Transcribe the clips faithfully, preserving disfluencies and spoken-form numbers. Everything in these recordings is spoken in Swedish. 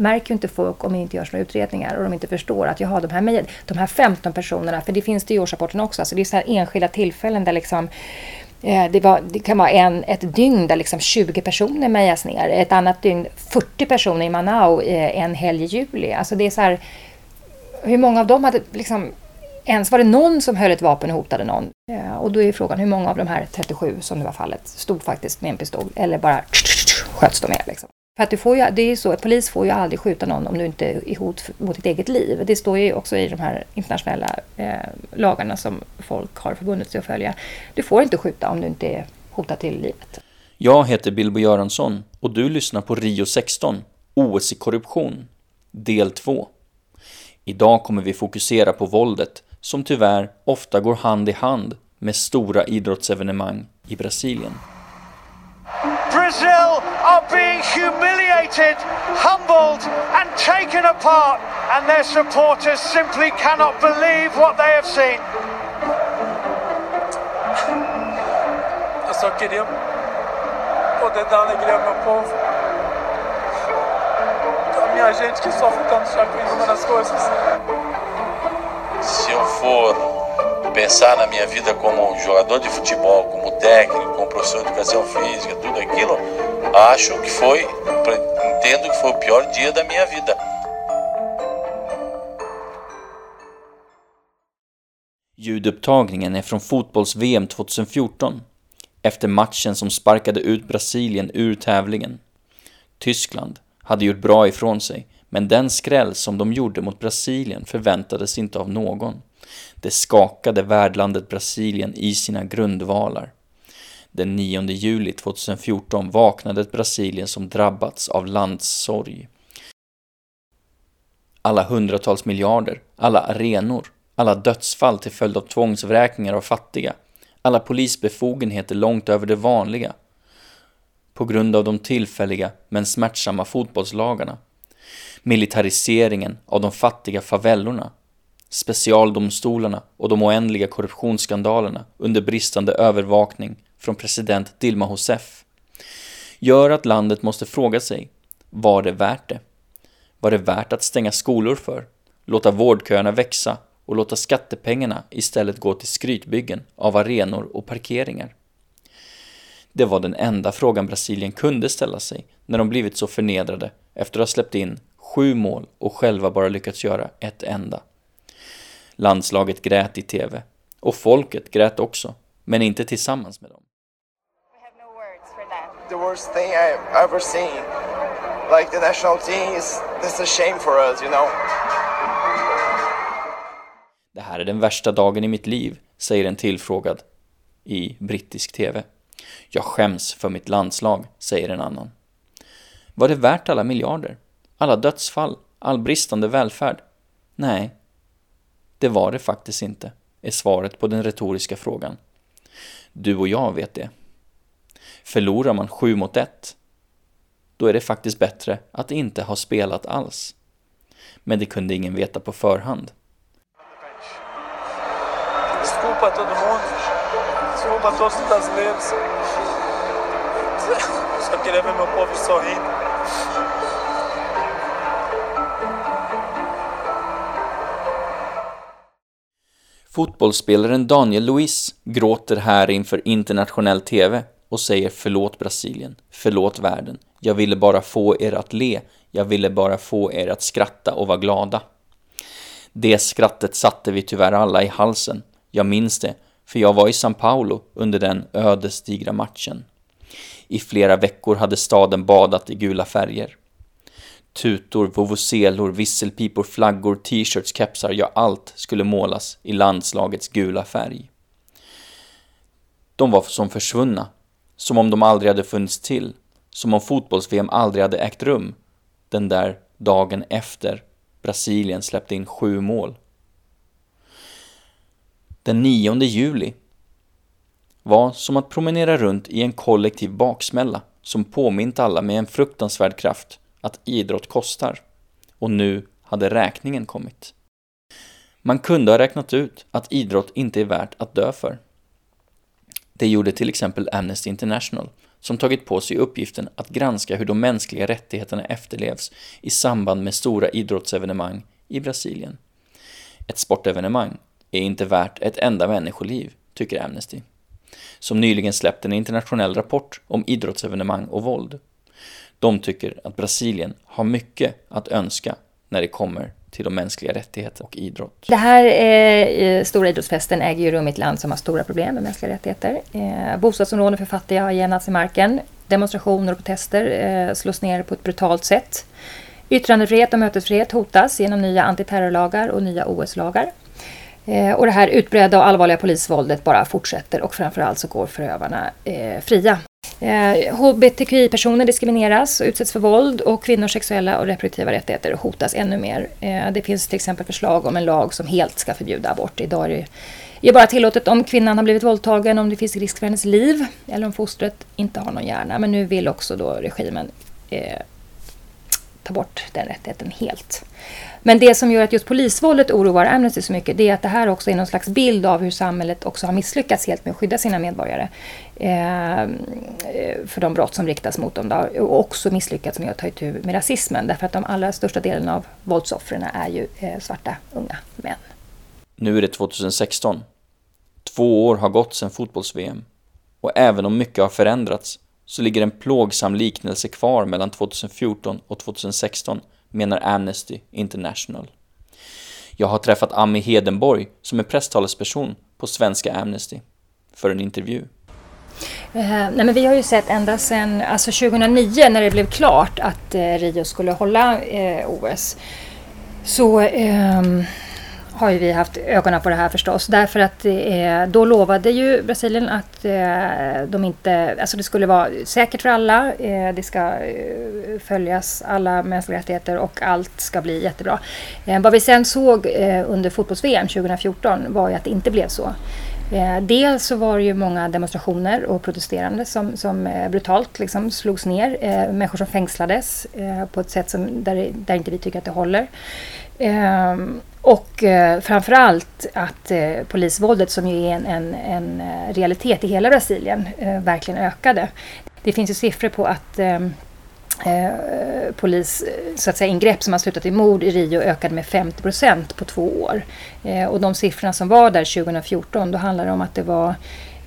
märker ju inte folk om det inte görs några utredningar och de inte förstår att jag har de här, de här femton personerna, för det finns det i årsrapporten också, alltså det är så här enskilda tillfällen där liksom Det, var, det kan vara en, ett dygn där liksom tjugo personer mejas ner. Ett annat dygn fyrtio personer i Manau en helg i juli. Alltså det är så här, hur många av dem hade liksom, ens var det någon som höll ett vapen och hotade någon? Ja, och då är frågan hur många av de här trettiosju som det var fallet stod faktiskt med en pistol eller bara sköts de med liksom. För att du får ju, det är så, polis får ju aldrig skjuta någon om du inte är i hot mot ditt eget liv. Det står ju också i de här internationella eh, lagarna som folk har förbundit sig att följa. Du får inte skjuta om du inte är hotad till livet. Jag heter Bilbo Göransson och du lyssnar på Rio sexton, O S i korruption, del två. Idag kommer vi fokusera på våldet som tyvärr ofta går hand i hand med stora idrottsevenemang i Brasilien. Brazil are being humiliated, humbled and taken apart, and their supporters simply cannot believe what they have seen. Eu só queria poder dar alegria ao meu povo. A minha gente que sofre tanto já com uma das coisas. Se eu for pensar na minha vida como jogador de futebol, como técnico, como professor de educação física, tudo aquilo, acho que foi, entendo que foi o pior dia da minha vida. Ljudupptagningen är från fotbolls-V M tjugohundrafjorton, efter matchen som sparkade ut Brasilien ur tävlingen. Tyskland hade gjort bra ifrån sig, men den skräll som de gjorde mot Brasilien förväntades inte av någon. Det skakade värdlandet Brasilien i sina grundvalar. Den nionde juli tjugohundrafjorton vaknade ett Brasilien som drabbats av landssorg. Alla hundratals miljarder, alla arenor, alla dödsfall till följd av tvångsvräkningar av fattiga, alla polisbefogenheter långt över det vanliga, på grund av de tillfälliga men smärtsamma fotbollslagarna, militariseringen av de fattiga favellorna, specialdomstolarna och de oändliga korruptionsskandalerna under bristande övervakning från president Dilma Rousseff gör att landet måste fråga sig, var det värt det? Var det värt att stänga skolor för, låta vårdköerna växa och låta skattepengarna istället gå till skrytbyggen av arenor och parkeringar? Det var den enda frågan Brasilien kunde ställa sig när de blivit så förnedrade efter att ha släppt in sju mål och själva bara lyckats göra ett enda. Landslaget grät i tv och folket grät också, men inte tillsammans med dem. We have no words for that. The worst thing I've ever seen. Like the national team is, this is a shame for us, you know. Det här är den värsta dagen i mitt liv, säger en tillfrågad i brittisk tv. Jag skäms för mitt landslag, säger en annan. Var det värt alla miljarder? Alla dödsfall? All bristande välfärd? Nej, det var det faktiskt inte, är svaret på den retoriska frågan. Du och jag vet det. Förlorar man sju mot ett, då är det faktiskt bättre att inte ha spelat alls. Men det kunde ingen veta på förhand. Desculpa todo mundo. Desculpa todos os brasileiros. Só queria ver meu povo sorrindo. Fotbollsspelaren Daniel Luiz gråter här inför internationell tv och säger förlåt Brasilien, förlåt världen. Jag ville bara få er att le, jag ville bara få er att skratta och vara glada. Det skrattet satte vi tyvärr alla i halsen. Jag minns det, för jag var i São Paulo under den ödesdigra matchen. I flera veckor hade staden badat i gula färger. Tutor, vuvuzelor, visselpipor, flaggor, t-shirts, kepsar, ja allt skulle målas i landslagets gula färg. De var som försvunna, som om de aldrig hade funnits till, som om fotbolls-V M aldrig hade ägt rum, den där dagen efter Brasilien släppte in sju mål. Den nionde juli var som att promenera runt i en kollektiv baksmälla som påmint alla med en fruktansvärd kraft att idrott kostar. Och nu hade räkningen kommit. Man kunde ha räknat ut att idrott inte är värt att dö för. Det gjorde till exempel Amnesty International, som tagit på sig uppgiften att granska hur de mänskliga rättigheterna efterlevs i samband med stora idrottsevenemang i Brasilien. Ett sportevenemang är inte värt ett enda människoliv, tycker Amnesty, som nyligen släppt en internationell rapport om idrottsevenemang och våld. De tycker att Brasilien har mycket att önska när det kommer till de mänskliga rättigheterna och idrott. Det här eh, stora idrottsfesten äger ju rum i ett land som har stora problem med mänskliga rättigheter. Eh, bostadsområden för fattiga har genats i marken. Demonstrationer och protester eh, slås ner på ett brutalt sätt. Yttrandefrihet och mötesfrihet hotas genom nya antiterrorlagar och nya O S-lagar. Eh, och det här utbredda och allvarliga polisvåldet bara fortsätter och framförallt så går förövarna eh, fria. Eh, H B T Q I-personer diskrimineras och utsätts för våld och kvinnors sexuella och reproduktiva rättigheter hotas ännu mer. Eh, det finns till exempel förslag om en lag som helt ska förbjuda abort. Idag är det är bara tillåtet om kvinnan har blivit våldtagen, om det finns risk för hennes liv eller om fostret inte har någon hjärna. Men nu vill också då regimen eh, ta bort den rättigheten helt. Men det som gör att just polisvåldet oroar Amnesty så mycket, det är att det här också är någon slags bild av hur samhället också har misslyckats helt med att skydda sina medborgare eh, för de brott som riktas mot dem då, och också misslyckats med att ta itu med rasismen, därför att de allra största delen av våldsoffren är ju eh, svarta unga män. Nu är det tjugohundrasexton. Två år har gått sedan fotbolls-V M och även om mycket har förändrats så ligger en plågsam liknelse kvar mellan tjugohundrafjorton och tjugohundrasexton, menar Amnesty International. Jag har träffat Ami Hedenborg som är presstalesperson på svenska Amnesty för en intervju. Eh, nej men vi har ju sett ända sedan alltså tjugohundranio när det blev klart att eh, Rio skulle hålla eh, O S så eh, har ju vi haft ögonen på det här förstås. Därför att eh, då lovade ju Brasilien att eh, de inte, alltså det skulle vara säkert för alla, eh, det ska eh, följas alla mänskliga rättigheter och allt ska bli jättebra. Eh, vad vi sen såg eh, under fotbolls-V M tjugohundrafjorton var ju att det inte blev så. Eh, dels så var det ju många demonstrationer och protesterande som, som eh, brutalt liksom slogs ner. Eh, människor som fängslades eh, på ett sätt som, där, där inte vi tycker att det håller. Eh, och eh, framförallt att eh, polisvåldet, som ju är en, en, en realitet i hela Brasilien, eh, verkligen ökade. Det finns ju siffror på att eh, eh, polis, så att säga, ingrepp som har slutat i mord i Rio ökade med femtio procent på två år. Eh, och de siffrorna som var där tjugohundrafjorton, då handlar det om att det var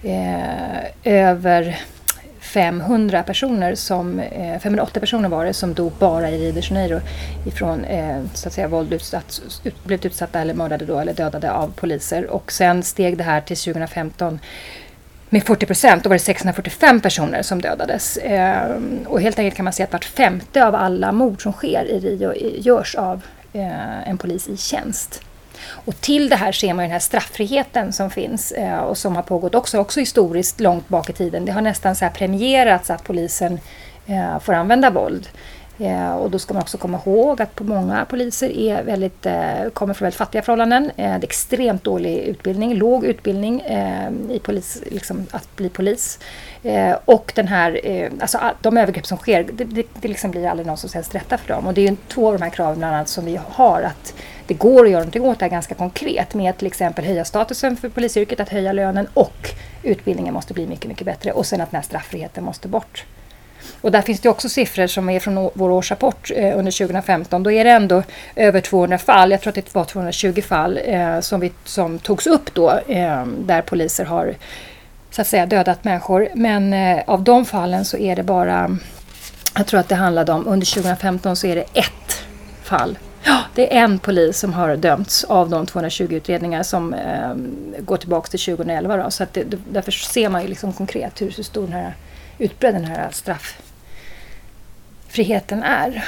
eh, över femhundra personer som, eh, femhundraåttio personer var det som dog bara i Rio de Janeiro ifrån eh, så att säga våld utsatt, ut, blev utsatta eller mördade då eller dödade av poliser, och sen steg det här till tjugohundrafemton med fyrtio procent, då var det sexhundrafyrtiofem personer som dödades. Eh, och helt enkelt kan man säga att vart femte av alla mord som sker i Rio görs av eh, en polis i tjänst. Och till det här ser man den här strafffriheten som finns eh, och som har pågått också, också historiskt långt bak i tiden. Det har nästan så här premierats att polisen eh, får använda våld. Eh, och då ska man också komma ihåg att på många poliser är väldigt, eh, kommer från väldigt fattiga förhållanden. Eh, det är extremt dålig utbildning, låg utbildning eh, i polis, liksom, att bli polis. Eh, och den här, eh, alltså, de övergrepp som sker, det, det, det liksom blir aldrig någon som helst rätta för dem. Och det är ju två av de här kraven bland annat som vi har, att det går att göra någonting åt det här ganska konkret med att till exempel höja statusen för polisyrket, att höja lönen, och utbildningen måste bli mycket, mycket bättre, och sen att den här strafffriheten måste bort. Och där finns det också siffror som är från vår årsrapport eh, under tjugohundrafemton. Då är det ändå över tvåhundra fall, jag tror att det var tvåhundratjugo fall eh, som, vi, som togs upp då, eh, där poliser har så att säga dödat människor. Men eh, av de fallen så är det bara, jag tror att det handlade om, under tjugohundrafemton så är det ett fall. Ja, det är en polis som har dömts av de tvåhundratjugo utredningar som eh, går tillbaka till tjugohundraelva. Då. Så att det, därför ser man ju liksom konkret hur stor den här utbredd den här strafffriheten är.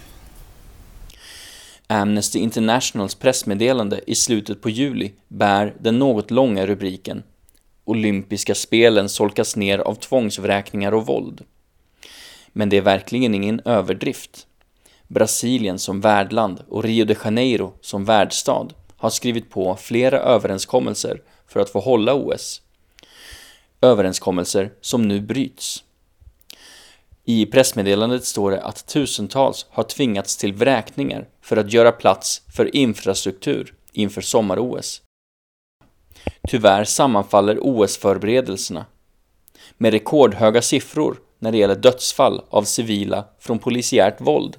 Amnesty Internationals pressmeddelande i slutet på juli bär den något långa rubriken "Olympiska spelen solkas ner av tvångsvräkningar och våld". Men det är verkligen ingen överdrift. Brasilien som värdland och Rio de Janeiro som värdstad har skrivit på flera överenskommelser för att få hålla O S. Överenskommelser som nu bryts. I pressmeddelandet står det att tusentals har tvingats till vräkningar för att göra plats för infrastruktur inför sommar-O S. Tyvärr sammanfaller O S-förberedelserna med rekordhöga siffror när det gäller dödsfall av civila från polisiärt våld.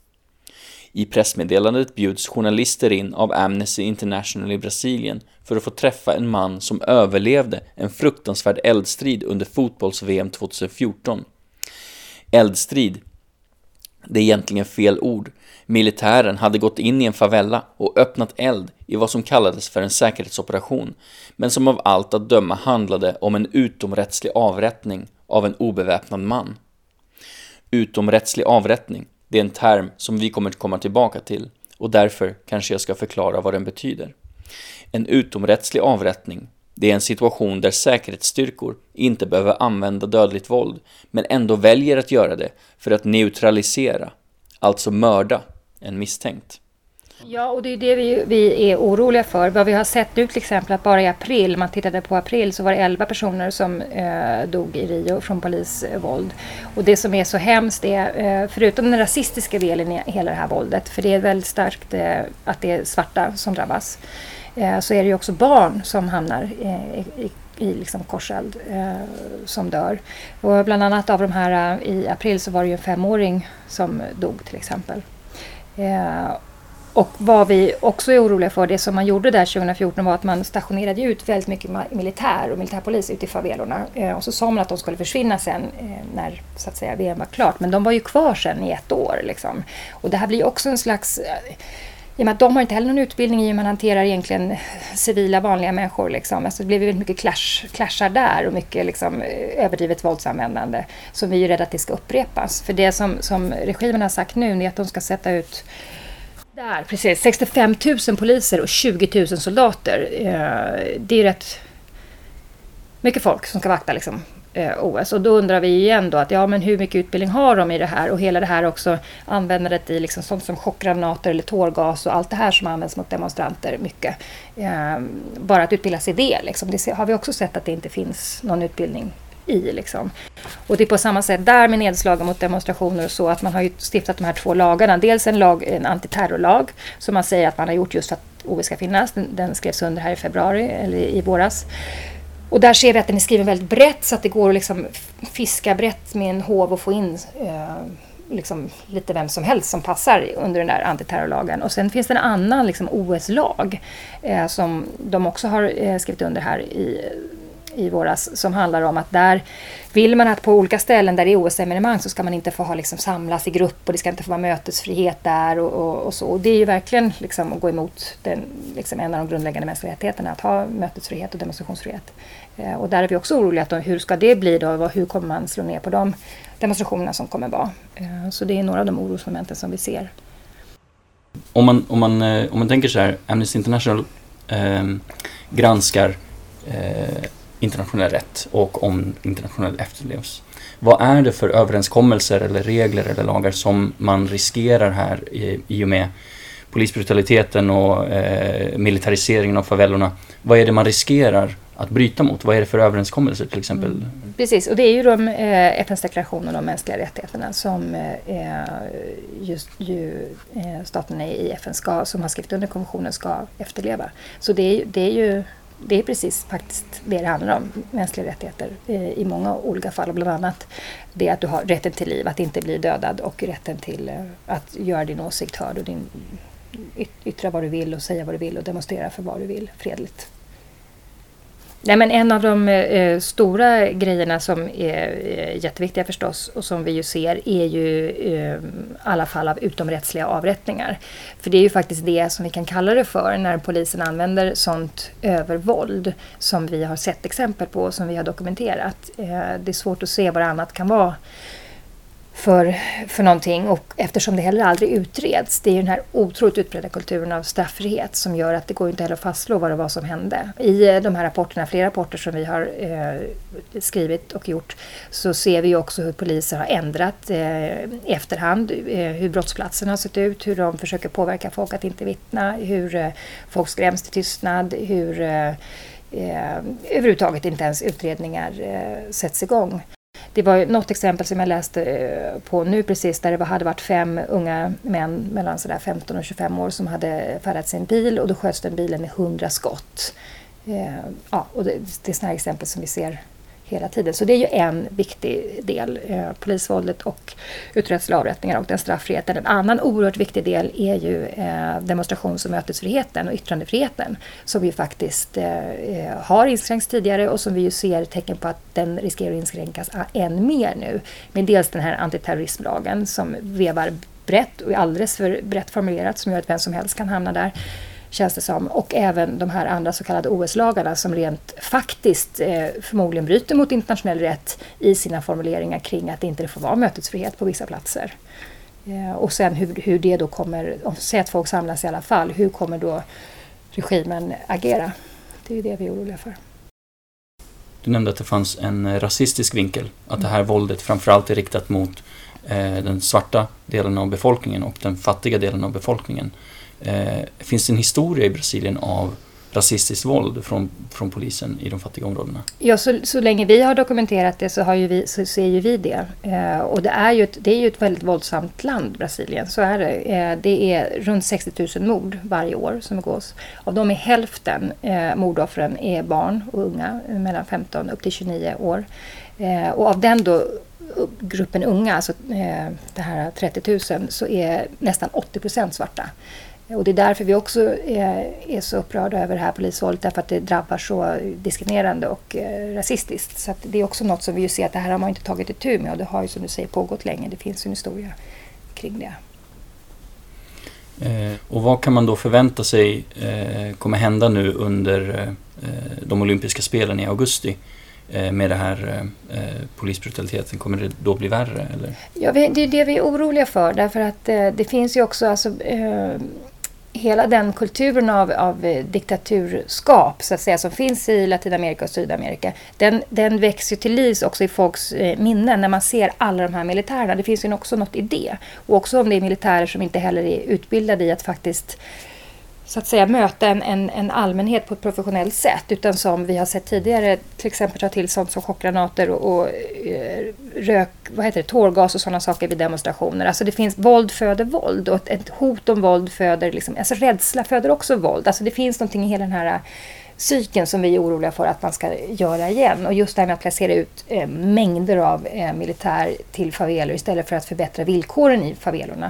I pressmeddelandet bjuds journalister in av Amnesty International i Brasilien för att få träffa en man som överlevde en fruktansvärd eldstrid under fotbolls-V M tjugohundrafjorton. Eldstrid, det är egentligen fel ord. Militären hade gått in i en favela och öppnat eld i vad som kallades för en säkerhetsoperation, men som av allt att döma handlade om en utomrättslig avrättning av en obeväpnad man. Utomrättslig avrättning, det är en term som vi kommer att komma tillbaka till, och därför kanske jag ska förklara vad den betyder. En utomrättslig avrättning, det är en situation där säkerhetsstyrkor inte behöver använda dödligt våld, men ändå väljer att göra det för att neutralisera, alltså mörda, en misstänkt. Ja, och det är det vi, vi är oroliga för. Vad vi har sett nu till exempel att bara i april, man tittade på april, så var det elva personer som eh, dog i Rio från polisvåld. Och det som är så hemskt är, eh, förutom den rasistiska delen i hela det här våldet, för det är väldigt starkt eh, att det är svarta som drabbas, eh, så är det ju också barn som hamnar eh, i, i liksom korseld eh, som dör. Och bland annat av de här eh, i april så var det ju en femåring som dog till exempel. Eh, Och vad vi också är oroliga för, det som man gjorde där tjugohundrafjorton var att man stationerade ut väldigt mycket militär och militärpolis ute i favelorna. Och så sa man att de skulle försvinna sen när så att säga V M var klart. Men de var ju kvar sen i ett år. Liksom. Och det här blir också en slags... I och med att de har inte heller någon utbildning i hur man hanterar egentligen civila vanliga människor. Liksom. Alltså det blev väldigt mycket clash, clashar där och mycket liksom, överdrivet våldsanvändande som vi är rädda att det ska upprepas. För det som, som regimen har sagt nu är att de ska sätta ut... Där, precis. sextiofem tusen poliser och tjugo tusen soldater. Det är rätt mycket folk som ska vakta liksom, O S. Och då undrar vi igen då att ja, men hur mycket utbildning har de i det här? Och hela det här också användandet i liksom sånt som chockgranater eller tårgas och allt det här som används mot demonstranter mycket. Bara att utbilda sig i det. Liksom. Det har vi också sett att det inte finns någon utbildning i liksom. Och det är på samma sätt där med nedslag mot demonstrationer och så att man har ju stiftat de här två lagarna. Dels en lag, en antiterrorlag som man säger att man har gjort just för att O S ska finnas. Den, den skrevs under här i februari eller i våras. Och där ser vi att den är skriven väldigt brett så att det går att liksom fiska brett med en hov och få in eh, liksom lite vem som helst som passar under den där antiterrorlagen. Och sen finns det en annan liksom O S-lag eh, som de också har eh, skrivit under här i i våras, som handlar om att där vill man att på olika ställen där det är O S-evenemang så ska man inte få ha liksom samlas i grupp och det ska inte få vara mötesfrihet där och, och, och så. Och det är ju verkligen liksom att gå emot den, liksom en av de grundläggande mänskliga rättigheterna, att ha mötesfrihet och demonstrationsfrihet. Eh, och där är vi också oroliga att då, hur ska det bli då och hur kommer man slå ner på de demonstrationerna som kommer vara. Eh, så det är några av de orosmomenten som vi ser. Om man, om man, om man tänker så här, Amnesty International eh, granskar eh, internationell rätt och om internationell efterlevs. Vad är det för överenskommelser eller regler eller lagar som man riskerar här i, i och med polisbrutaliteten och eh, militariseringen av favelorna? Vad är det man riskerar att bryta mot? Vad är det för överenskommelser till exempel? Mm. Precis, och det är ju de eh, F N:s deklaration om de mänskliga rättigheterna som eh, just ju eh, staterna i F N ska, som har skrivit under konventionen ska efterleva. Så det är, det är ju Det är precis faktiskt det det handlar om, mänskliga rättigheter eh, i många olika fall. Bland annat det att du har rätten till liv, att inte bli dödad och rätten till eh, att göra din åsikt hörd och din, yttra vad du vill och säga vad du vill och demonstrera för vad du vill fredligt. Nej, men en av de eh, stora grejerna som är eh, jätteviktiga förstås och som vi ju ser är ju eh, alla fall av utomrättsliga avrättningar. För det är ju faktiskt det som vi kan kalla det för när polisen använder sånt övervåld som vi har sett exempel på och som vi har dokumenterat. Eh, det är svårt att se vad annat kan vara för, för någonting, och eftersom det heller aldrig utreds, det är ju den här otroligt utbredda kulturen av straffrihet som gör att det går inte heller att fastslå vad det var som hände. I de här rapporterna, flera rapporter som vi har eh, skrivit och gjort, så ser vi också hur poliser har ändrat eh, i efterhand, eh, hur brottsplatserna har sett ut, hur de försöker påverka folk att inte vittna, hur eh, folk skräms till tystnad, hur eh, eh, överhuvudtaget inte ens utredningar eh, sätts igång. Det var något exempel som jag läste på nu precis, där det hade varit fem unga män mellan sådär femton och tjugofem år som hade färdats i en bil, och då sköts den bilen med hundra skott. Eh, ja, och det, det är sådana här exempel som vi ser hela tiden. Så det är ju en viktig del, eh, polisvåldet och uträttsliga avrättningar och den straffriheten. En annan oerhört viktig del är ju eh, demonstrations- och mötesfriheten och yttrandefriheten som ju faktiskt eh, har inskränkts tidigare och som vi ju ser tecken på att den riskerar att inskränkas än mer nu. Med dels den här antiterrorismlagen som vevar brett och alldeles för brett formulerat som gör att vem som helst kan hamna där, känns det som. Och även de här andra så kallade O S-lagarna som rent faktiskt eh, förmodligen bryter mot internationell rätt i sina formuleringar kring att det inte får vara mötesfrihet på vissa platser. Eh, och sen hur, hur det då kommer, om säg att folk samlas i alla fall, hur kommer då regimen agera? Det är ju det vi är oroliga för. Du nämnde att det fanns en rasistisk vinkel, att det här våldet framförallt är riktat mot eh, den svarta delen av befolkningen och den fattiga delen av befolkningen. Eh, finns det en historia i Brasilien av rasistiskt våld från, från polisen i de fattiga områdena? Ja, så, så länge vi har dokumenterat det så, har ju vi, så ser ju vi det. Eh, och det är, ju ett, det är ju ett väldigt våldsamt land, Brasilien. Så är det. Eh, det är runt sextio tusen mord varje år som begås. Av dem är hälften eh, mordoffren är barn och unga mellan femton upp till tjugonio år. Eh, och av den då gruppen unga, alltså eh, det här trettio tusen, så är nästan åttio procent svarta. Och det är därför vi också är, är så upprörda över det här polisvåldet, därför att det drabbar så diskriminerande och eh, rasistiskt. Så att det är också något som vi ju ser att det här har man inte tagit itu med och det har ju som du säger pågått länge. Det finns ju en historia kring det. Eh, och vad kan man då förvänta sig eh, kommer hända nu under eh, de olympiska spelen i augusti? Med det här eh, polisbrutaliteten, kommer det då bli värre? Eller? Ja, det är det vi är oroliga för, därför att eh, det finns ju också alltså, eh, hela den kulturen av, av eh, diktaturskap så att säga, som finns i Latinamerika och Sydamerika, den, den växer till liv också i folks eh, minnen när man ser alla de här militärerna. Det finns ju också något i det. Och också om det är militärer som inte heller är utbildade i att faktiskt så att säga möta en, en, en allmänhet på ett professionellt sätt, utan som vi har sett tidigare till exempel ta till sånt som chockgranater och, och rök, vad heter det, tårgas och sådana saker vid demonstrationer. Alltså det finns, våld föder våld och ett, ett hot om våld föder liksom, alltså rädsla föder också våld. Alltså det finns någonting i hela den här psyken som vi är oroliga för att man ska göra igen. Och just det här med att placera ut eh, mängder av eh, militär till favelor istället för att förbättra villkoren i favelorna.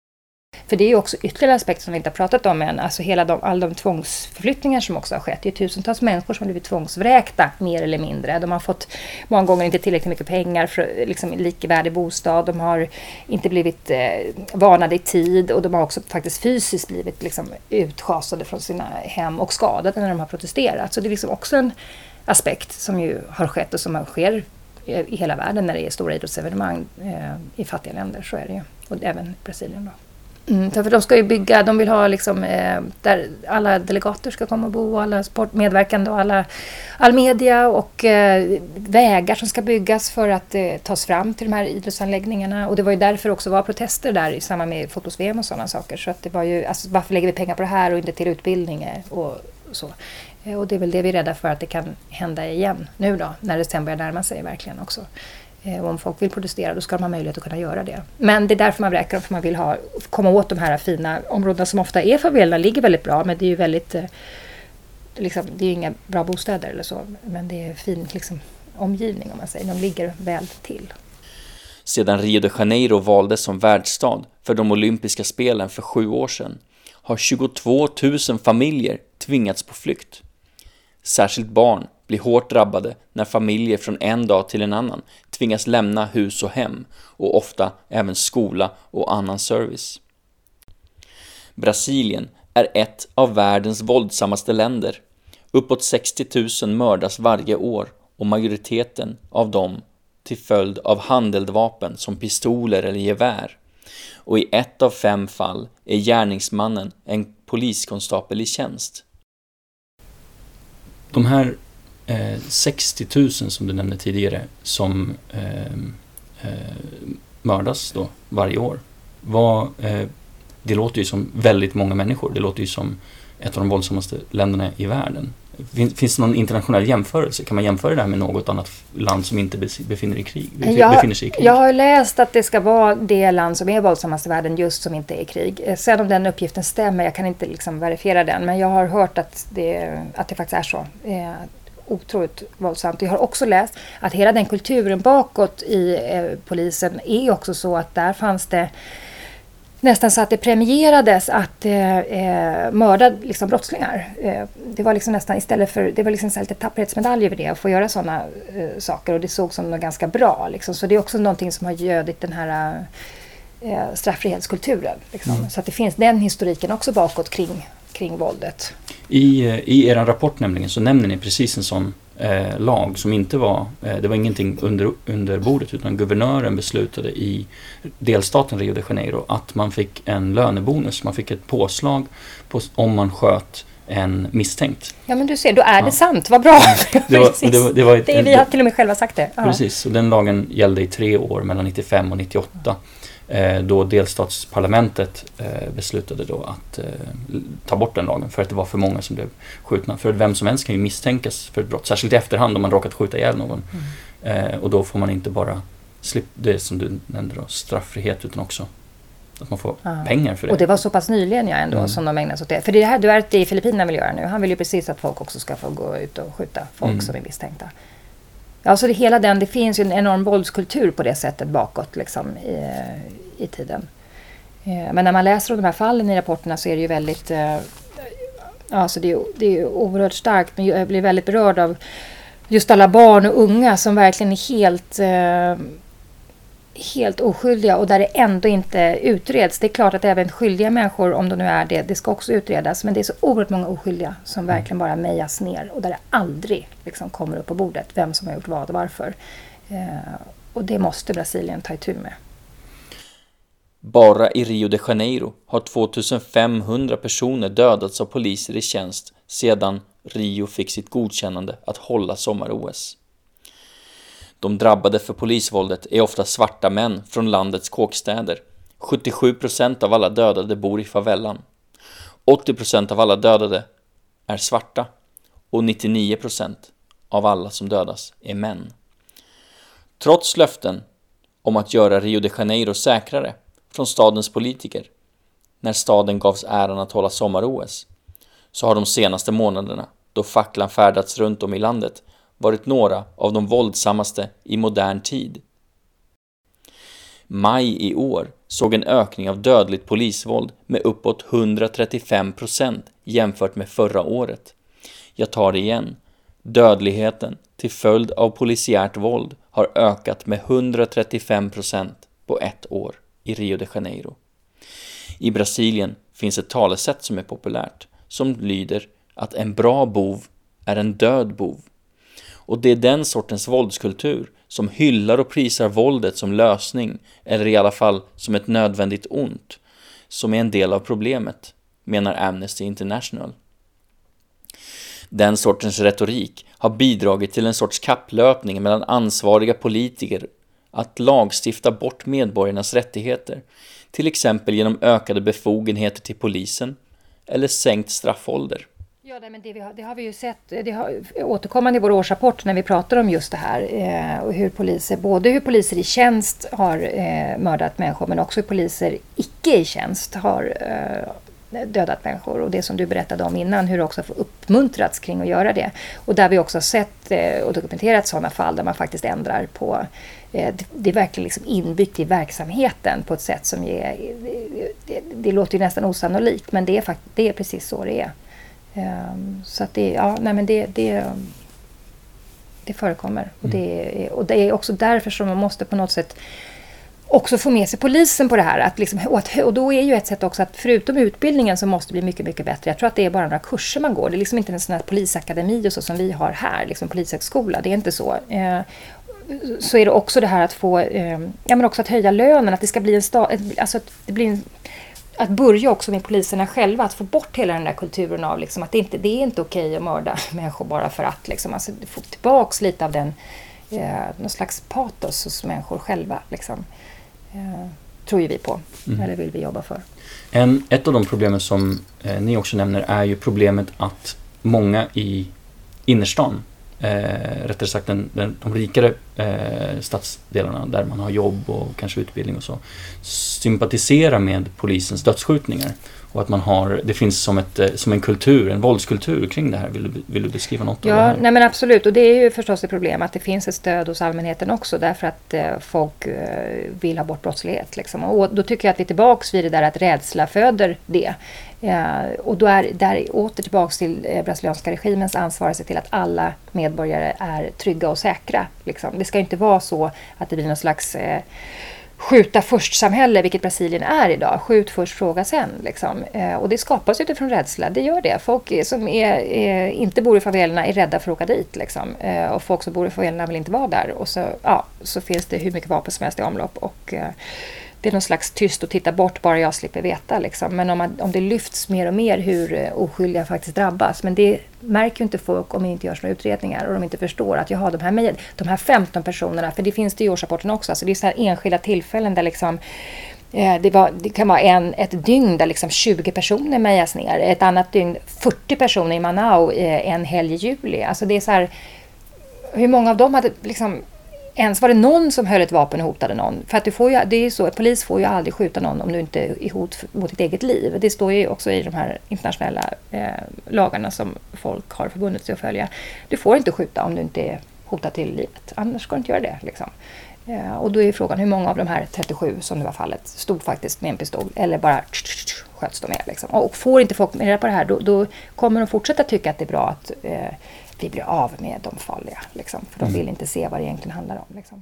För det är ju också ytterligare aspekt som vi inte har pratat om än. Alltså hela de, alla de tvångsförflyttningar som också har skett. Det är tusentals människor som har blivit tvångsvräkta mer eller mindre. De har fått många gånger inte tillräckligt mycket pengar för liksom, likvärdig bostad. De har inte blivit eh, varnade i tid och de har också faktiskt fysiskt blivit liksom, utschasade från sina hem och skadade när de har protesterat. Så det är liksom också en aspekt som ju har skett och som sker i hela världen när det är stora idrottsevenemang eh, i fattiga länder. Så är det ju. Och även Brasilien då. Mm, för de ska ju bygga, de vill ha liksom, eh, där alla delegater ska komma och bo, alla sportmedverkande och alla, all media och eh, vägar som ska byggas för att eh, tas fram till de här idrottsanläggningarna. Och det var ju därför också var protester där i samband med fotbolls-V M och sådana saker. Så att det var ju, alltså, varför lägger vi pengar på det här och inte till utbildning och så. Eh, och det är väl det vi är rädda för att det kan hända igen nu då, när det sen börjar närma sig verkligen också. Och om folk vill protestera, då ska de ha möjlighet att kunna göra det. Men det är därför man vräker dem, för man vill ha, komma åt de här fina områdena som ofta är favelerna, ligger väldigt bra, men det är ju väldigt, liksom, det är ju inga bra bostäder eller så, men det är fin liksom, omgivning om man säger, de ligger väl till. Sedan Rio de Janeiro valdes som världsstad för de olympiska spelen för sju år sedan har tjugotvå tusen familjer tvingats på flykt. Särskilt barn blir hårt drabbade när familjer från en dag till en annan tvingas lämna hus och hem och ofta även skola och annan service. Brasilien är ett av världens våldsammaste länder. Uppåt sextio tusen mördas varje år och majoriteten av dem till följd av handeldvapen som pistoler eller gevär. Och i ett av fem fall är gärningsmannen en poliskonstapel i tjänst. De här eh, sextio tusen som du nämnde tidigare som eh, eh, mördas då varje år. Vad, eh, det låter ju som väldigt många människor. Det låter ju som ett av de våldsammaste länderna i världen. Finns, finns det någon internationell jämförelse? Kan man jämföra det här med något annat land som inte befinner, i krig, jag, befinner sig i krig? Jag har läst att det ska vara det land som är våldsammast i världen just som inte är i krig. Sen om den uppgiften stämmer, jag kan inte liksom verifiera den, men jag har hört att det, att det faktiskt är så. otroligt våldsamt. Jag har också läst att hela den kulturen bakåt i eh, polisen är också så att där fanns det nästan så att det premierades att eh, eh, mörda liksom brottslingar. Eh, det var liksom nästan istället för, det var liksom så lite tapperhetsmedalj över det att få göra sådana eh, saker och det såg som något ganska bra. Liksom. Så det är också någonting som har gödit den här eh, straffrihetskulturen. Liksom. Mm. Så att det finns den historiken också bakåt kring, kring våldet. I, I er rapport nämligen så nämner ni precis en sån eh, lag som inte var, eh, det var ingenting under, under bordet utan guvernören beslutade i delstaten Rio de Janeiro att man fick en lönebonus, man fick ett påslag på, om man sköt en misstänkt. Ja men du ser, då är det ja. sant, vad bra. Det var, det var, det var ett, det, vi har till och med själva sagt det. Ja. Precis, och den lagen gällde i tre år mellan nittiofem och nittioåtta. Eh, då delstatsparlamentet eh, beslutade då att eh, ta bort den lagen för att det var för många som blev skjutna. För vem som helst kan ju misstänkas för ett brott, särskilt i efterhand om man råkat skjuta ihjäl någon. Mm. Eh, och då får man inte bara slippa det som du nämnde då, straffrihet, utan också att man får Aha. pengar för det. Och det var så pass nyligen ja, ändå mm. som de ägnar sig åt det. För det här Duarte i Filippinerna vill göra nu. Han vill ju precis att folk också ska få gå ut och skjuta folk mm. som är misstänkta. Ja, så det, hela den, det finns ju en enorm våldskultur på det sättet bakåt liksom, i, i tiden. Men när man läser om de här fallen i rapporterna så är det ju väldigt, alltså det är, det är oerhört starkt, men jag blir väldigt berörd av just alla barn och unga som verkligen är helt, helt oskyldiga och där det ändå inte utreds. Det är klart att även skyldiga människor, om de nu är det, det ska också utredas, men det är så oerhört många oskyldiga som verkligen bara mejas ner och där det aldrig liksom kommer upp på bordet vem som har gjort vad och varför. Och det måste Brasilien ta itu med. Bara i Rio de Janeiro har tvåtusenfemhundra personer dödats av poliser i tjänst sedan Rio fick sitt godkännande att hålla sommar-O S. De drabbade för polisvåldet är ofta svarta män från landets kåkstäder. sjuttiosju procent av alla dödade bor i favelan. åttio procent av alla dödade är svarta och nittionio procent av alla som dödas är män. Trots löften om att göra Rio de Janeiro säkrare från stadens politiker när staden gavs äran att hålla sommar-O S, så har de senaste månaderna, då facklan färdats runt om i landet, varit några av de våldsammaste i modern tid. Maj i år såg en ökning av dödligt polisvåld med uppåt hundratrettiofem procent jämfört med förra året. Jag tar det igen. Dödligheten till följd av polisiärt våld har ökat med hundratrettiofem procent på ett år i Rio de Janeiro. I Brasilien finns ett talesätt som är populärt som lyder att en bra bov är en död bov. Och det är den sortens våldskultur som hyllar och prisar våldet som lösning, eller i alla fall som ett nödvändigt ont, som är en del av problemet, menar Amnesty International. Den sortens retorik har bidragit till en sorts kapplöpning mellan ansvariga politiker att lagstifta bort medborgarnas rättigheter, till exempel genom ökade befogenheter till polisen eller sänkt straffålder. Ja, men det, vi har, det har vi ju sett, det har återkommande i vår årsrapport när vi pratar om just det här eh, och hur poliser, både hur poliser i tjänst har eh, mördat människor men också hur poliser icke i tjänst har eh, dödat människor, och det som du berättade om innan, hur det också får uppmuntrats kring att göra det, och där vi också har sett eh, och dokumenterat sådana fall där man faktiskt ändrar på eh, det, det är verkligen liksom inbyggt i verksamheten på ett sätt som är, det, det, det låter ju nästan osannolikt, men det är, fakt- det är precis så det är. Um, så att det, ja, nej men det, det, det förekommer. Och det, är, och det är också därför som man måste på något sätt också få med sig polisen på det här. Att liksom, och, att, och då är ju ett sätt också att förutom utbildningen så måste bli mycket, mycket bättre. Jag tror att det är bara några kurser man går. Det är liksom inte en sån här polisakademi och så som vi har här, liksom polishögskola. Det är inte så. Uh, så är det också det här att få, uh, ja men också att höja lönen. Att det ska bli en sta- alltså att det blir en att börja också med poliserna själva, att få bort hela den där kulturen av liksom, att det inte det är inte okej att mörda människor bara för att liksom, alltså, få tillbaks lite av den eh, någon slags patos hos människor själva liksom, eh, tror ju vi på, mm. eller vill vi jobba för. En, ett av de problemen som eh, ni också nämner är ju problemet att många i innerstan, Eh, rättare sagt den, den, de rikare eh, stadsdelarna där man har jobb och kanske utbildning och så, sympatisera med polisens dödsskjutningar. Och att man har, det finns som, ett, som en kultur, en våldskultur kring det här. Vill du, vill du beskriva något ja, av det här? Nej men absolut. Och det är ju förstås ett problem att det finns ett stöd hos allmänheten också. Därför att eh, folk eh, vill ha bort brottslighet. Liksom. Och då tycker jag att vi är tillbaks vid det där att rädsla föder det. Eh, och då är där åter tillbaks till eh, brasilianska regimens ansvar att se till att alla medborgare är trygga och säkra. Liksom. Det ska inte vara så att det blir någon slags... Eh, skjuta först-samhälle, vilket Brasilien är idag. Skjut först, fråga sen. Liksom. Eh, och det skapas utifrån rädsla. Det gör det. Folk som är, är, inte bor i favelerna är rädda för att åka dit. Liksom. Eh, och folk som bor i favelerna vill inte vara där. Och så, ja, så finns det hur mycket vapen som helst i omlopp. Och eh, det är någon slags tyst och titta bort, bara jag slipper veta. Liksom. Men om, man, om det lyfts mer och mer hur eh, oskyldiga faktiskt drabbas. Men det märker ju inte folk om det inte görs några utredningar. Och de inte förstår att jag har de här, med, de här femton personerna. För det finns det i årsrapporten också. Alltså det är så här enskilda tillfällen där liksom... Eh, det, var, det kan vara en, ett dygn där liksom tjugo personer mejas ner. Ett annat dygn fyrtio personer i Manaus eh, en helg i juli. Alltså det är så här... Hur många av dem hade liksom... Ens var det någon som höll ett vapen och hotade någon. För att du får ju, det är ju så, polis får ju aldrig skjuta någon om du inte är i hot mot ditt eget liv. Det står ju också i de här internationella eh, lagarna som folk har förbundit sig att följa. Du får inte skjuta om du inte är hotad till livet. Annars ska du inte göra det. Liksom. Eh, och då är frågan hur många av de här trettiosju som det var fallet stod faktiskt med en pistol. Eller bara sköts de med. Liksom. Och får inte folk med på det här då, då kommer de fortsätta tycka att det är bra att... Eh, vi blir av med de farliga. Liksom, för de vill inte se vad det egentligen handlar om. Liksom.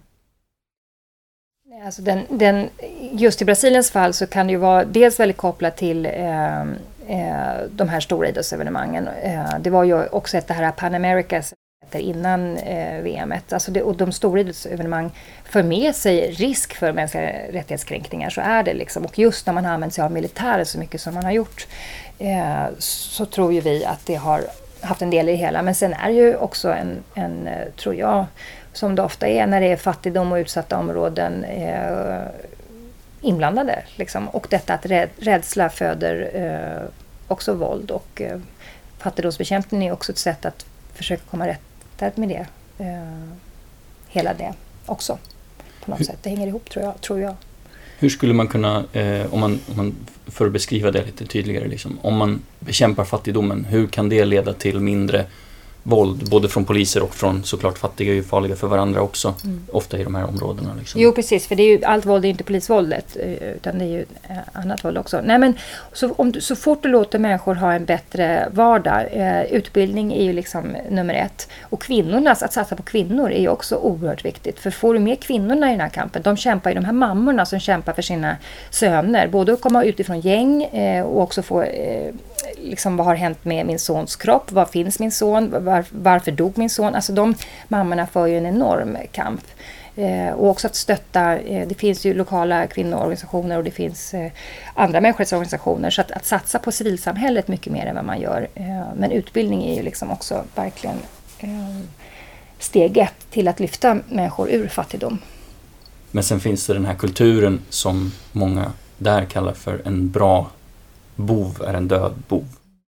Alltså den, den, just i Brasiliens fall så kan det ju vara dels väldigt kopplat till eh, eh, de här stora idrottsevenemangen. Eh, det var ju också ett det här Pan Americas innan eh, V M-et. Alltså det, och de stora idrottsevenemang för med sig risk för mänskliga rättighetskränkningar, så är det liksom. Och just när man har använt sig av militärer så mycket som man har gjort eh, så tror ju vi att det har haft en del i det hela. Men sen är ju också en, en tror jag, som det ofta är när det är fattigdom och utsatta områden eh, inblandade. Liksom. Och detta att räd, rädsla föder eh, också våld. Och eh, fattigdomsbekämpning är också ett sätt att försöka komma rätt med det. Eh, hela det också. På något sätt. Det hänger ihop tror jag. Tror jag. Hur skulle man kunna, eh, om, man, om man, för att beskriva det lite tydligare, liksom, om man bekämpar fattigdomen, hur kan det leda till mindre våld, både från poliser och från såklart fattiga är ju farliga för varandra också, mm. ofta i de här områdena. Liksom. Jo, precis, för det är ju, allt våld är inte polisvåldet, utan det är ju annat våld också. Nej, men så, om, så fort du låter människor ha en bättre vardag, eh, utbildning är ju liksom nummer ett. Och kvinnornas, att satsa på kvinnor är ju också oerhört viktigt. För får du med kvinnorna i den här kampen, de kämpar ju, de här mammorna som kämpar för sina söner, både att komma utifrån gäng eh, och också få eh, liksom, vad har hänt med min sons kropp, var finns min son, var, varför dog min son, alltså de mammorna för ju en enorm kamp. Eh, och också att stötta, eh, det finns ju lokala kvinnoorganisationer och det finns eh, andra människorättsorganisationer, så att, att satsa på civilsamhället mycket mer än vad man gör. Eh, men utbildning är ju liksom också verkligen eh, steget till att lyfta människor ur fattigdom. Men sen finns det den här kulturen som många där kallar för en bra bov är en död bov.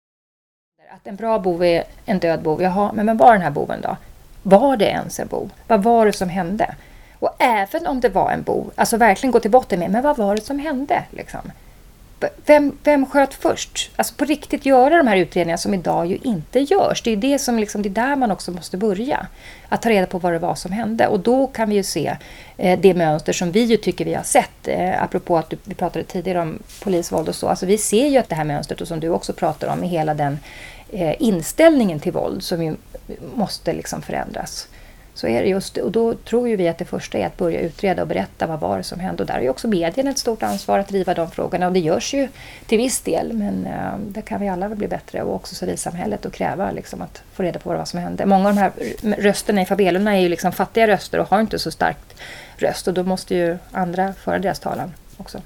Att en bra bov är en död bov. Jaha, men vad var den här boven då? Var det ens en bov? Vad var det som hände? Och även om det var en bov, alltså verkligen gå till botten med, men vad var det som hände? Liksom? Vem, vem sköt först? Alltså på riktigt göra de här utredningarna som idag ju inte görs. Det är det som liksom, det är där man också måste börja. Att ta reda på vad det var som hände. Och då kan vi ju se eh, det mönster som vi ju tycker vi har sett. Eh, apropå att du, vi pratade tidigare om polisvåld och så. Alltså vi ser ju att det här mönstret, och som du också pratar om, med hela den eh, inställningen till våld som ju måste liksom förändras. Så är det just, och då tror ju vi att det första är att börja utreda och berätta vad var det som hände. Och där är ju också medierna ett stort ansvar att driva de frågorna. Och det görs ju till viss del, men uh, där kan vi alla bli bättre. Och också civilsamhället och kräva liksom, att få reda på vad som hände. Många av de här rösterna i favelorna är ju liksom fattiga röster och har inte så starkt röst. Och då måste ju andra föra deras talan också.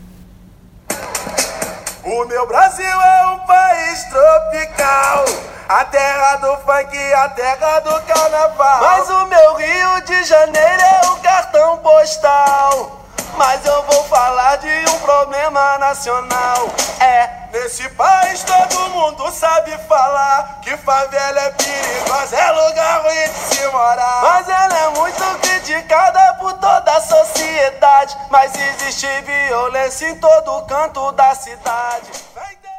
O meu Brasil é um país tropical, a terra do funk, a terra do carnaval. Mas o meu Rio de Janeiro é o cartão postal. Mas eu vou falar de um problema nacional. É, nesse país todo mundo sabe falar que favela é perigosa, é lugar ruim de se morar. Mas ela é muito criticada por toda a sociedade. Mas existe violência em todo canto da cidade. Vem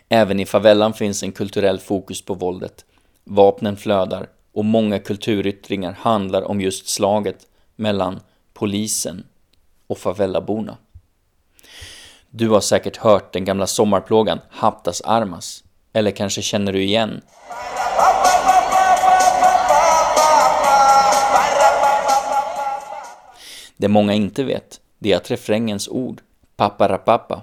Även i favelan finns en kulturell fokus på våldet. Vapnen flödar och många kulturyttringar handlar om just slaget mellan polisen och favelaborna. Du har säkert hört den gamla sommarplågan Raptas Armas, eller kanske känner du igen. Det många inte vet, det är att refrängens ord, paparapapa,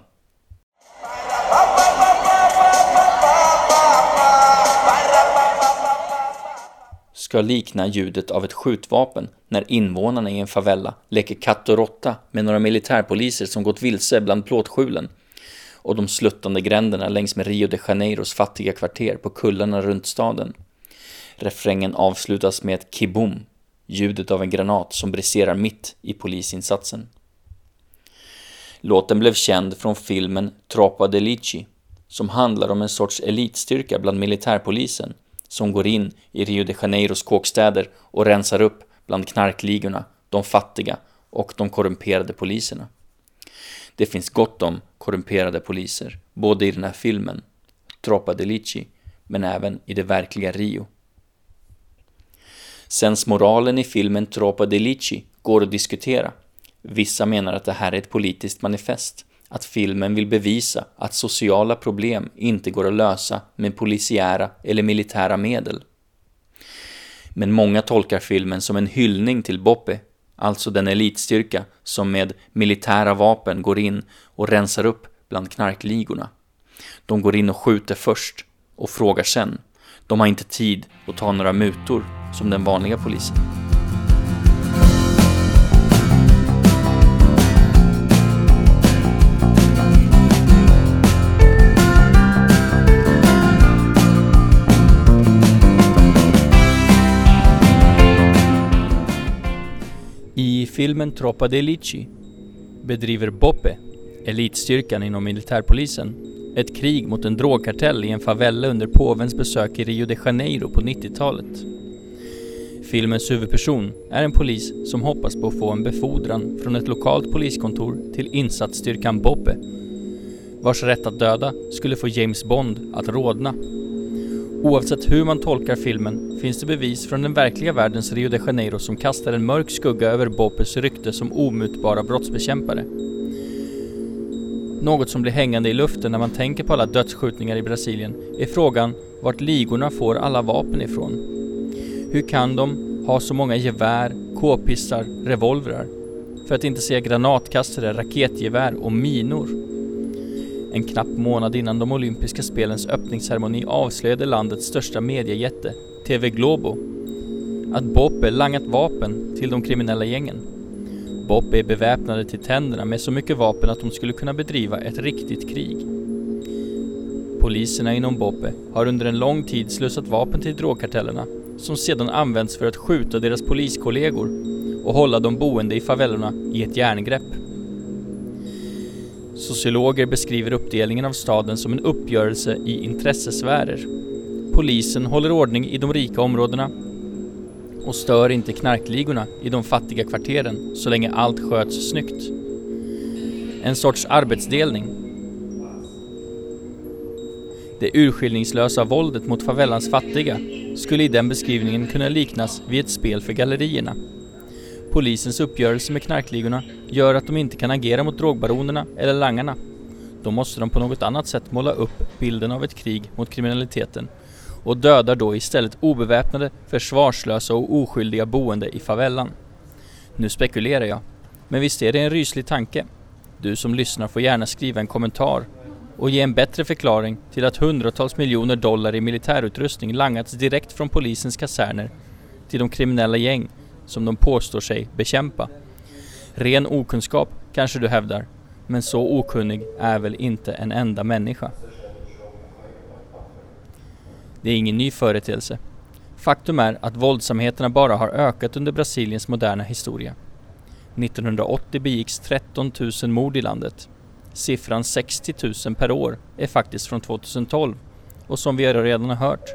ska likna ljudet av ett skjutvapen när invånarna i en favela leker katt och råtta med några militärpoliser som gått vilse bland plåtskjulen och de sluttande gränderna längs med Rio de Janeiros fattiga kvarter på kullarna runt staden. Refrängen avslutas med ett kibum, ljudet av en granat som briserar mitt i polisinsatsen. Låten blev känd från filmen Tropa de Elite, som handlar om en sorts elitstyrka bland militärpolisen som går in i Rio de Janeiros kåkstäder och rensar upp bland knarkligorna, de fattiga och de korrumperade poliserna. Det finns gott om korrumperade poliser, både i den här filmen, Tropa de Elite, men även i det verkliga Rio. Sensmoralen i filmen Tropa de Elite går att diskutera. Vissa menar att det här är ett politiskt manifest, att filmen vill bevisa att sociala problem inte går att lösa med polisiära eller militära medel. Men många tolkar filmen som en hyllning till Boppe, alltså den elitstyrka som med militära vapen går in och rensar upp bland knarkligorna. De går in och skjuter först och frågar sen. De har inte tid att ta några mutor som den vanliga polisen. I filmen Tropa de Elite bedriver Boppe, elitstyrkan inom militärpolisen, ett krig mot en drogkartell i en favela under påvens besök i Rio de Janeiro på nittiotalet. Filmens huvudperson är en polis som hoppas på att få en befordran från ett lokalt poliskontor till insatsstyrkan Boppe, vars rätt att döda skulle få James Bond att rodna. Oavsett hur man tolkar filmen finns det bevis från den verkliga världens Rio de Janeiro som kastar en mörk skugga över Boppes rykte som omutbara brottsbekämpare. Något som blir hängande i luften när man tänker på alla dödsskjutningar i Brasilien är frågan vart ligorna får alla vapen ifrån. Hur kan de ha så många gevär, k-pistar, revolvrar? För att inte säga granatkastare, raketgevär och minor. En knapp månad innan de olympiska spelens öppningsceremoni avslöjade landets största mediejätte, T V Globo, att Boppe langat vapen till de kriminella gängen. Boppe är beväpnade till tänderna med så mycket vapen att de skulle kunna bedriva ett riktigt krig. Poliserna inom Boppe har under en lång tid slussat vapen till drogkartellerna som sedan används för att skjuta deras poliskollegor och hålla de boende i favelorna i ett järngrepp. Sociologer beskriver uppdelningen av staden som en uppgörelse i intressesfärer. Polisen håller ordning i de rika områdena och stör inte knarkligorna i de fattiga kvarteren så länge allt sköts snyggt. En sorts arbetsdelning. Det urskiljningslösa våldet mot favelans fattiga skulle i den beskrivningen kunna liknas vid ett spel för gallerierna. Polisens uppgörelse med knarkligorna gör att de inte kan agera mot drogbaronerna eller langarna. Då måste de på något annat sätt måla upp bilden av ett krig mot kriminaliteten och dödar då istället obeväpnade, försvarslösa och oskyldiga boende i favelan. Nu spekulerar jag, men visst är det en ryslig tanke? Du som lyssnar får gärna skriva en kommentar och ge en bättre förklaring till att hundratals miljoner dollar i militärutrustning langats direkt från polisens kaserner till de kriminella gäng som de påstår sig bekämpa. Ren okunskap kanske du hävdar, men så okunnig är väl inte en enda människa. Det är ingen ny företeelse. Faktum är att våldsamheterna bara har ökat under Brasiliens moderna historia. nittonhundraåttio begicks tretton tusen mord i landet. Siffran sextio tusen per år är faktiskt från tjugohundratolv och som vi redan har hört.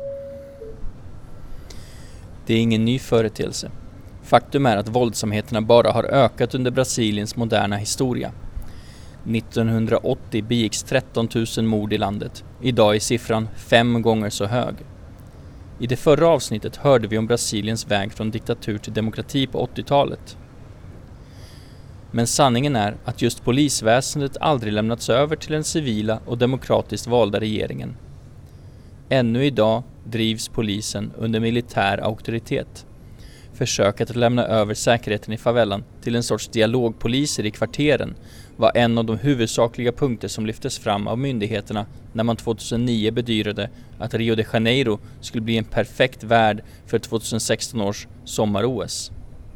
Det är ingen ny företeelse. Faktum är att våldsamheterna bara har ökat under Brasiliens moderna historia. nittonhundraåttio begicks tretton tusen mord i landet. Idag är siffran fem gånger så hög. I det förra avsnittet hörde vi om Brasiliens väg från diktatur till demokrati på åttiotalet. Men sanningen är att just polisväsendet aldrig lämnats över till den civila och demokratiskt valda regeringen. Ännu idag drivs polisen under militär auktoritet. Försöket att lämna över säkerheten i favelan till en sorts dialogpoliser i kvarteren var en av de huvudsakliga punkter som lyftes fram av myndigheterna när man tjugohundranio bedyrade att Rio de Janeiro skulle bli en perfekt värd för tjugohundrasexton års sommar-O S.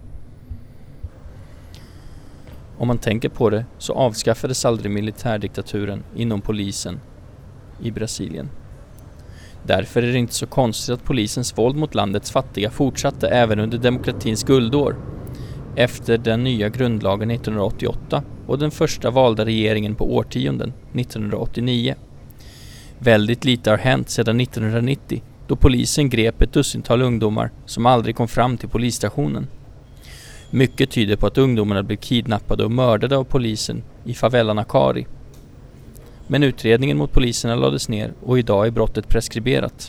Om man tänker på det så avskaffades aldrig militärdiktaturen inom polisen i Brasilien. Därför är det inte så konstigt att polisens våld mot landets fattiga fortsatte även under demokratins guldår, efter den nya grundlagen nittonhundraåttioåtta och den första valda regeringen på årtionden nittonhundraåttionio. Väldigt lite har hänt sedan nittonhundranittio då polisen grep ett dussintal ungdomar som aldrig kom fram till polisstationen. Mycket tyder på att ungdomarna blev kidnappade och mördade av polisen i favelan Acari. Men utredningen mot poliserna lades ner och idag är brottet preskriberat.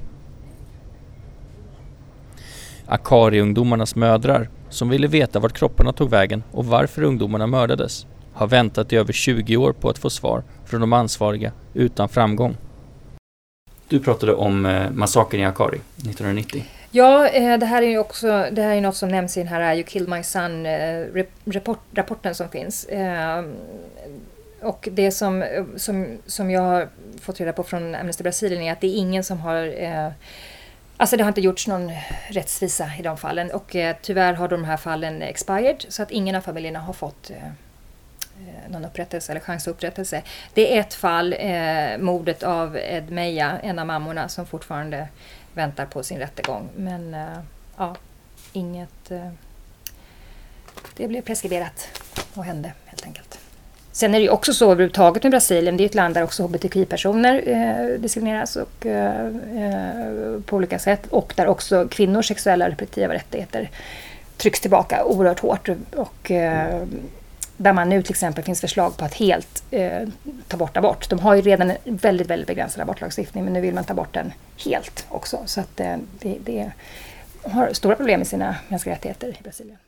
Acari-ungdomarnas mödrar, som ville veta vart kropparna tog vägen och varför ungdomarna mördades, har väntat i över tjugo år på att få svar från de ansvariga utan framgång. Du pratade om eh, massakern i Acari nittonhundranittio. Ja, eh, det här är ju också det här är något som nämns i den här You Killed My Son eh, rapport, rapporten som finns. Eh, och det som, som, som jag har fått reda på från Amnesty Brasilien är att det är ingen som har... Eh, alltså det har inte gjorts någon rättvisa i de fallen. Och eh, tyvärr har de här fallen expired så att ingen av familjerna har fått... Eh, någon upprättelse eller chans till upprättelse. Det är ett fall, eh, mordet av Ed Meja, en av mammorna som fortfarande väntar på sin rättegång. Men eh, ja, inget... Eh, det blev preskriberat och hände helt enkelt. Sen är det ju också så överhuvudtaget med Brasilien. Det är ett land där också hbtqi-personer eh, diskrimineras och, eh, på olika sätt. Och där också kvinnors sexuella och reproduktiva rättigheter trycks tillbaka oerhört hårt. Och... Eh, där man nu till exempel finns förslag på att helt eh, ta bort abort. De har ju redan en väldigt, väldigt begränsad abortlagstiftning men nu vill man ta bort den helt också. Så att eh, det, det har stora problem med sina mänskliga rättigheter i Brasilien.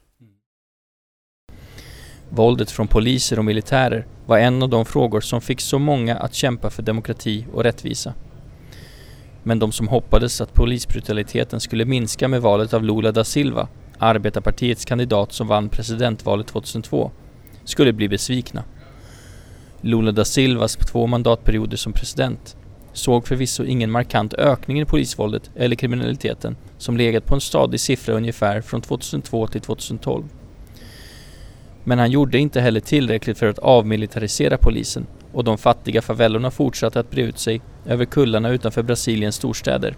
Våldet från poliser och militärer var en av de frågor som fick så många att kämpa för demokrati och rättvisa. Men de som hoppades att polisbrutaliteten skulle minska med valet av Lula da Silva, Arbetarpartiets kandidat som vann presidentvalet tjugohundratvå, skulle bli besvikna. Lula da Silvas två mandatperioder som president såg förvisso ingen markant ökning i polisvåldet eller kriminaliteten som legat på en stadig siffra ungefär från tjugohundratvå till tjugotolv. Men han gjorde inte heller tillräckligt för att avmilitarisera polisen och de fattiga favelorna fortsatte att bre ut sig över kullarna utanför Brasiliens storstäder.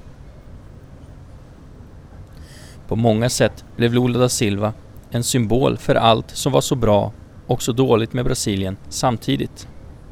På många sätt blev Lula da Silva en symbol för allt som var så bra och så dåligt med Brasilien samtidigt.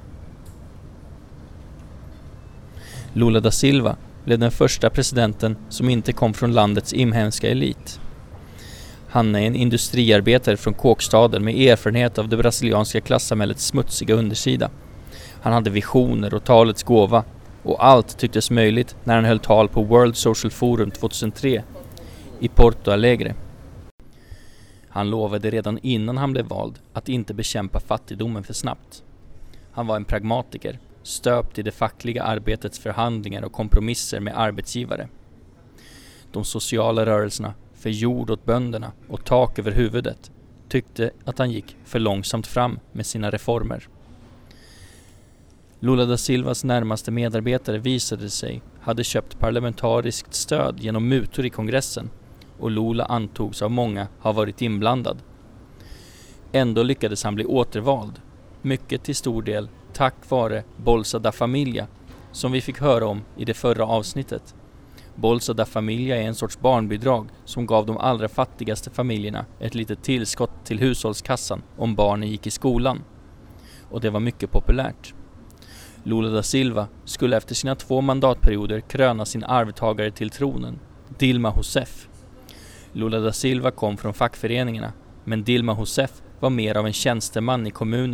Lula da Silva blev den första presidenten som inte kom från landets inhemska elit. Han är en industriarbetare från kåkstaden med erfarenhet av det brasilianska klassamhällets smutsiga undersida. Han hade visioner och talets gåva och allt tycktes möjligt när han höll tal på World Social Forum tjugohundratre i Porto Alegre. Han lovade redan innan han blev vald att inte bekämpa fattigdomen för snabbt. Han var en pragmatiker, stöpt i det fackliga arbetets förhandlingar och kompromisser med arbetsgivare. De sociala rörelserna för jord åt bönderna och tak över huvudet tyckte att han gick för långsamt fram med sina reformer. Lula da Silvas närmaste medarbetare visade sig hade köpt parlamentariskt stöd genom mutor i kongressen och Lula antogs av många ha varit inblandad. Ändå lyckades han bli återvald, mycket till stor del tack vare Bolsa da Familia som vi fick höra om i det förra avsnittet. Bolsa da Familia är en sorts barnbidrag som gav de allra fattigaste familjerna ett litet tillskott till hushållskassan om barnen gick i skolan. Och det var mycket populärt. Lula da Silva skulle efter sina två mandatperioder kröna sin arvtagare till tronen, Dilma Rousseff. Lula da Silva kom från fackföreningarna, men Dilma Rousseff var mer av en tjänsteman i kommunerna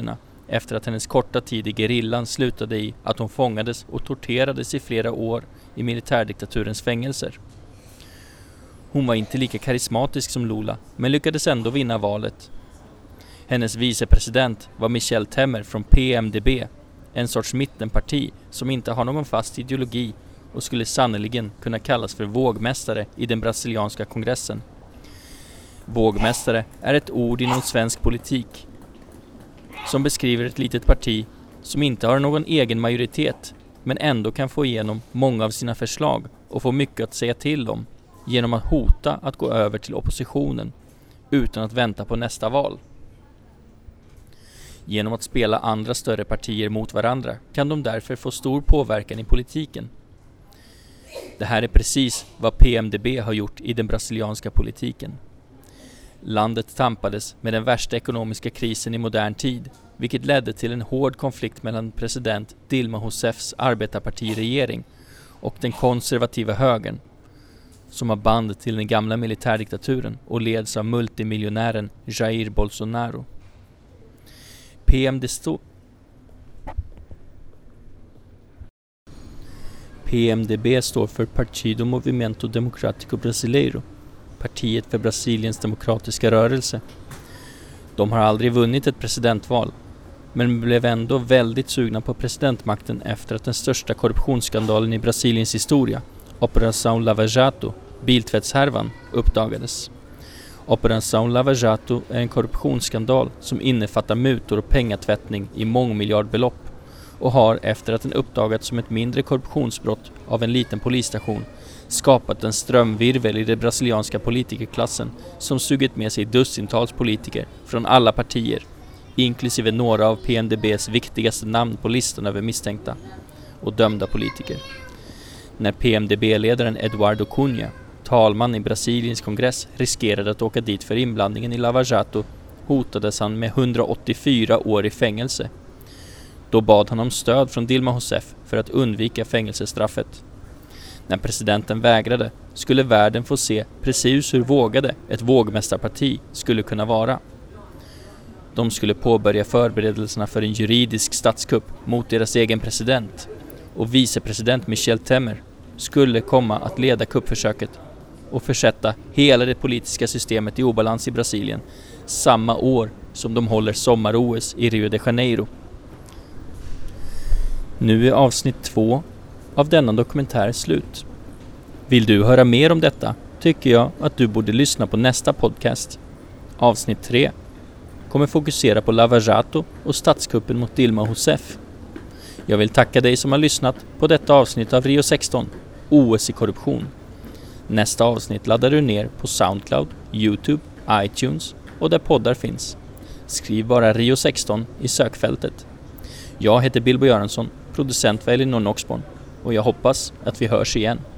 efter att hennes korta tid i gerillan slutade i att hon fångades och torterades i flera år i militärdiktaturens fängelser. Hon var inte lika karismatisk som Lula, men lyckades ändå vinna valet. Hennes vicepresident var Michel Temer från P M D B, en sorts mittenparti som inte har någon fast ideologi och skulle sannoliken kunna kallas för vågmästare i den brasilianska kongressen. Vågmästare är ett ord inom svensk politik som beskriver ett litet parti som inte har någon egen majoritet men ändå kan få igenom många av sina förslag och få mycket att säga till om genom att hota att gå över till oppositionen utan att vänta på nästa val. Genom att spela andra större partier mot varandra kan de därför få stor påverkan i politiken. Det här är precis vad P M D B har gjort i den brasilianska politiken. Landet tampades med den värsta ekonomiska krisen i modern tid, vilket ledde till en hård konflikt mellan president Dilma Rousseffs arbetarpartiregering och den konservativa högern, som har band till den gamla militärdiktaturen och leds av multimiljonären Jair Bolsonaro. P M D stå- P M D B står för Partido Movimento Democrático Brasileiro, partiet för Brasiliens demokratiska rörelse. De har aldrig vunnit ett presidentval, men blev ändå väldigt sugna på presidentmakten efter att den största korruptionsskandalen i Brasiliens historia, Operação Lava Jato, biltvättshärvan, uppdagades. Operação Lava Jato är en korruptionsskandal som innefattar mutor och pengatvättning i mångmiljardbelopp och har, efter att den uppdagats som ett mindre korruptionsbrott av en liten polisstation, skapat en strömvirvel i den brasilianska politikerklassen som sugit med sig dussintals politiker från alla partier, inklusive några av P M D B:s viktigaste namn på listan över misstänkta och dömda politiker. När P M D B-ledaren Eduardo Cunha, talman i Brasiliens kongress, riskerade att åka dit för inblandningen i Lava Jato, hotades han med hundraåttiofyra år i fängelse. Då bad han om stöd från Dilma Rousseff för att undvika fängelsestraffet. När presidenten vägrade skulle världen få se precis hur vågade ett vågmästarparti skulle kunna vara. De skulle påbörja förberedelserna för en juridisk statskupp mot deras egen president, och vicepresident Michel Temer skulle komma att leda kuppförsöket och försätta hela det politiska systemet i obalans i Brasilien samma år som de håller sommar-O S i Rio de Janeiro. Nu är avsnitt två av denna dokumentär slut. Vill du höra mer om detta tycker jag att du borde lyssna på nästa podcast. Avsnitt tre kommer fokusera på Lava Jato och statskuppen mot Dilma Rousseff. Jag vill tacka dig som har lyssnat på detta avsnitt av Rio sexton, O S i korruption. Nästa avsnitt laddar du ner på Soundcloud, YouTube, iTunes och där poddar finns. Skriv bara Rio sexton i sökfältet. Jag heter Bilbo Göransson, producent för Elinor Noxborn, och jag hoppas att vi hörs igen.